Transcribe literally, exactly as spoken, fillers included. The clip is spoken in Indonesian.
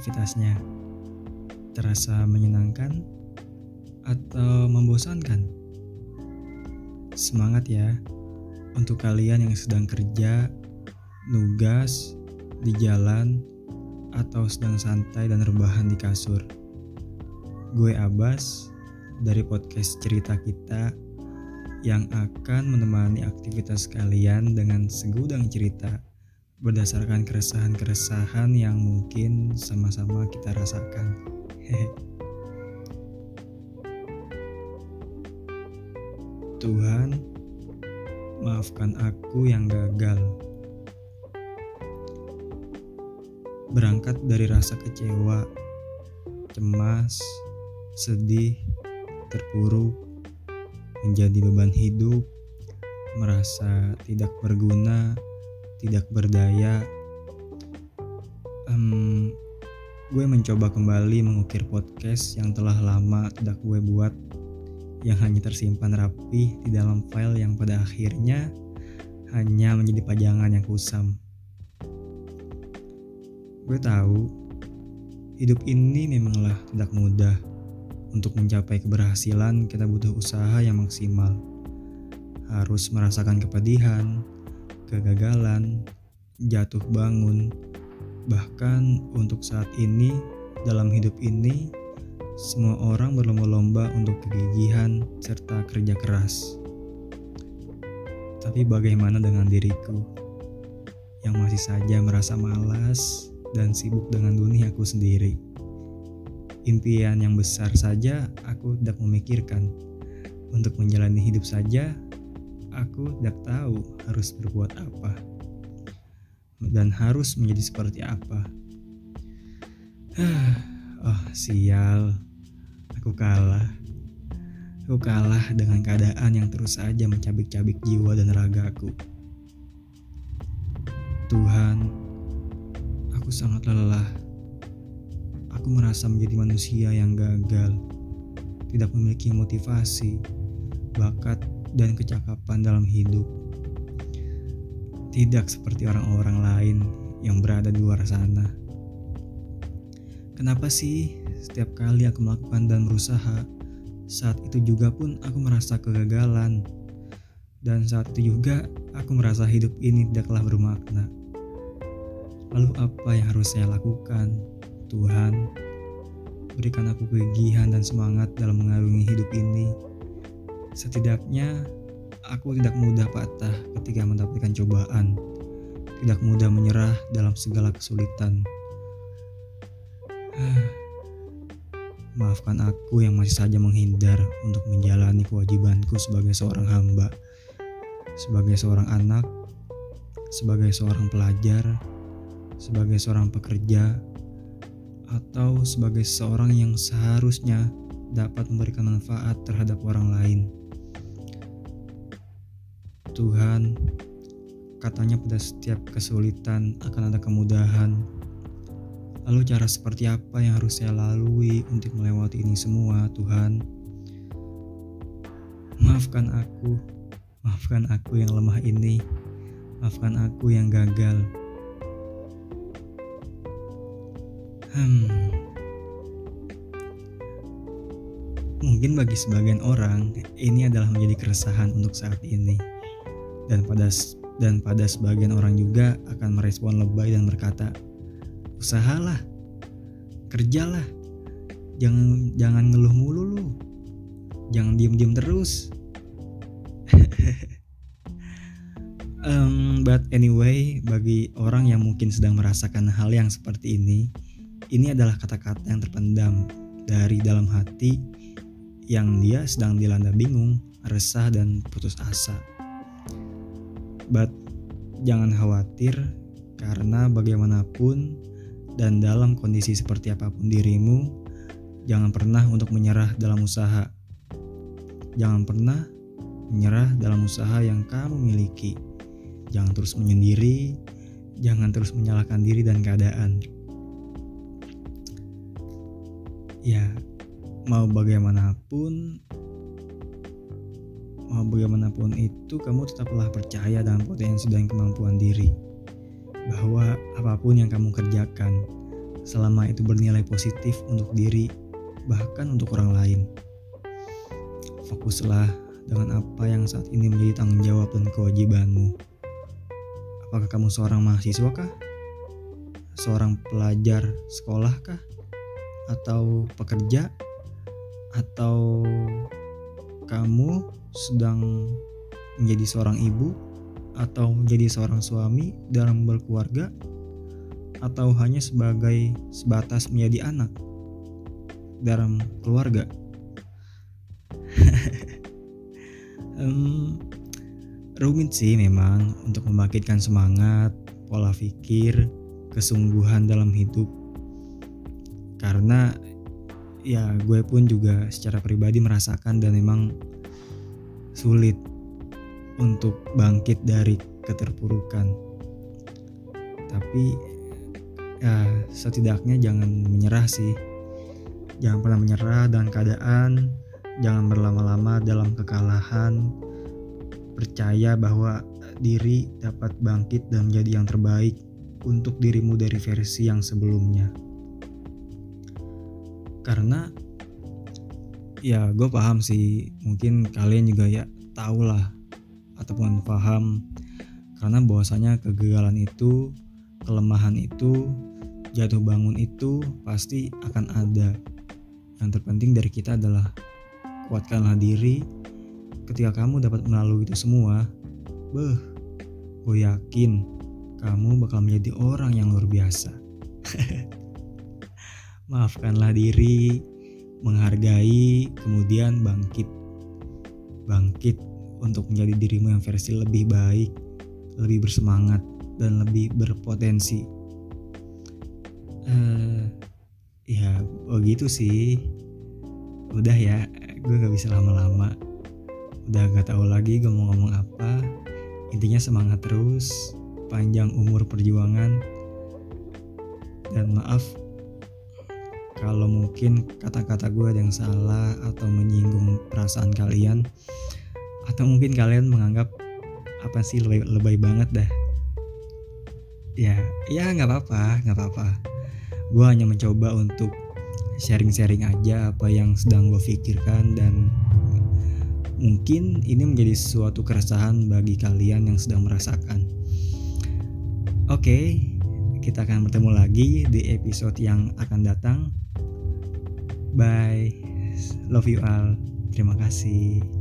aktivitasnya? Terasa menyenangkan atau membosankan? Semangat ya untuk kalian yang sedang kerja, nugas, di jalan, atau sedang santai dan rebahan di kasur. Gue Abbas dari podcast Cerita Kita yang akan menemani aktivitas kalian dengan segudang cerita berdasarkan keresahan-keresahan yang mungkin sama-sama kita rasakan. Hehe. Tuhan, maafkan aku yang gagal. Berangkat dari rasa kecewa, cemas, sedih, terpuruk, menjadi beban hidup, merasa tidak berguna, tidak berdaya. Um, gue mencoba kembali mengukir podcast yang telah lama tidak gue buat, yang hanya tersimpan rapi di dalam file yang pada akhirnya hanya menjadi pajangan yang kusam. Gue tahu hidup ini memanglah tidak mudah. Untuk mencapai keberhasilan kita butuh usaha yang maksimal. Harus merasakan kepedihan, kegagalan, jatuh bangun. Bahkan untuk saat ini, dalam hidup ini, semua orang berlomba-lomba untuk kegigihan serta kerja keras. Tapi bagaimana dengan diriku yang masih saja merasa malas dan sibuk dengan duniaku sendiri? Impian yang besar saja aku tidak memikirkan. Untuk menjalani hidup saja, aku tidak tahu harus berbuat apa dan harus menjadi seperti apa. Oh sial, aku kalah. Aku kalah dengan keadaan yang terus saja mencabik-cabik jiwa dan ragaku. Tuhan, aku sangat lelah. Aku merasa menjadi manusia yang gagal, tidak memiliki motivasi, bakat, dan kecakapan dalam hidup. Tidak seperti orang-orang lain yang berada di luar sana. Kenapa sih setiap kali aku melakukan dan berusaha, saat itu juga pun aku merasa kegagalan. Dan saat itu juga aku merasa hidup ini tidaklah bermakna. Lalu apa yang harus saya lakukan? Tuhan, berikan aku kegigihan dan semangat dalam mengarungi hidup ini. Setidaknya, aku tidak mudah patah ketika mendapatkan cobaan, tidak mudah menyerah dalam segala kesulitan. Maafkan aku yang masih saja menghindar untuk menjalani kewajibanku sebagai seorang hamba, sebagai seorang anak, sebagai seorang pelajar, sebagai seorang pekerja, atau sebagai seorang yang seharusnya dapat memberikan manfaat terhadap orang lain. Tuhan, katanya pada setiap kesulitan akan ada kemudahan. Lalu cara seperti apa yang harus saya lalui untuk melewati ini semua, Tuhan? Maafkan aku, maafkan aku yang lemah ini, maafkan aku yang gagal. Hmm. Mungkin bagi sebagian orang ini adalah menjadi keresahan untuk saat ini, dan pada dan pada sebagian orang juga akan merespon lebay dan berkata, usahalah, kerjalah, jangan jangan ngeluh mulu lu, jangan diem-diem terus. um, but anyway, bagi orang yang mungkin sedang merasakan hal yang seperti ini, ini adalah kata-kata yang terpendam dari dalam hati yang dia sedang dilanda bingung, resah, dan putus asa. But jangan khawatir, karena bagaimanapun dan dalam kondisi seperti apapun dirimu, jangan pernah untuk menyerah dalam usaha. Jangan pernah menyerah dalam usaha yang kamu miliki. Jangan terus menyendiri, jangan terus menyalahkan diri dan keadaan. Ya, mau bagaimanapun, mau bagaimanapun itu, kamu tetaplah percaya dalam potensi dan kemampuan diri. Bahwa apapun yang kamu kerjakan, selama itu bernilai positif untuk diri, bahkan untuk orang lain. Fokuslah dengan apa yang saat ini menjadi tanggung jawab dan kewajibanmu. Apakah kamu seorang mahasiswa kah? Seorang pelajar sekolah kah? Atau pekerja? Atau kamu sedang menjadi seorang ibu? Atau menjadi seorang suami dalam berkeluarga? Atau hanya sebagai sebatas menjadi anak dalam keluarga? um, rumit sih memang untuk membangkitkan semangat, pola pikir, kesungguhan dalam hidup. Karena ya gue pun juga secara pribadi merasakan dan memang sulit untuk bangkit dari keterpurukan. Tapi ya setidaknya jangan menyerah sih. Jangan pernah menyerah dengan keadaan, jangan berlama-lama dalam kekalahan. Percaya bahwa diri dapat bangkit dan menjadi yang terbaik untuk dirimu dari versi yang sebelumnya. Karena ya gue paham sih, mungkin kalian juga ya tahu lah ataupun paham, karena bahwasanya kegagalan itu, kelemahan itu, jatuh bangun itu pasti akan ada. Yang terpenting dari kita adalah kuatkanlah diri. Ketika kamu dapat melalui itu semua, beh, gue yakin kamu bakal menjadi orang yang luar biasa. Maafkanlah diri, menghargai, kemudian bangkit. Bangkit untuk menjadi dirimu yang versi lebih baik, lebih bersemangat, dan lebih berpotensi. Uh, ya, begitu sih. Udah ya, gue gak bisa lama-lama. Udah gak tahu lagi gue mau ngomong apa. Intinya semangat terus, panjang umur perjuangan. Dan maaf kalau mungkin kata-kata gue ada yang salah atau menyinggung perasaan kalian, atau mungkin kalian menganggap apa sih lebay, lebay banget dah. Ya, ya nggak apa-apa, nggak apa-apa. Gue hanya mencoba untuk sharing-sharing aja apa yang sedang gue pikirkan, dan mungkin ini menjadi suatu keresahan bagi kalian yang sedang merasakan. Oke, kita akan bertemu lagi di episode yang akan datang. Bye, love you all, terima kasih.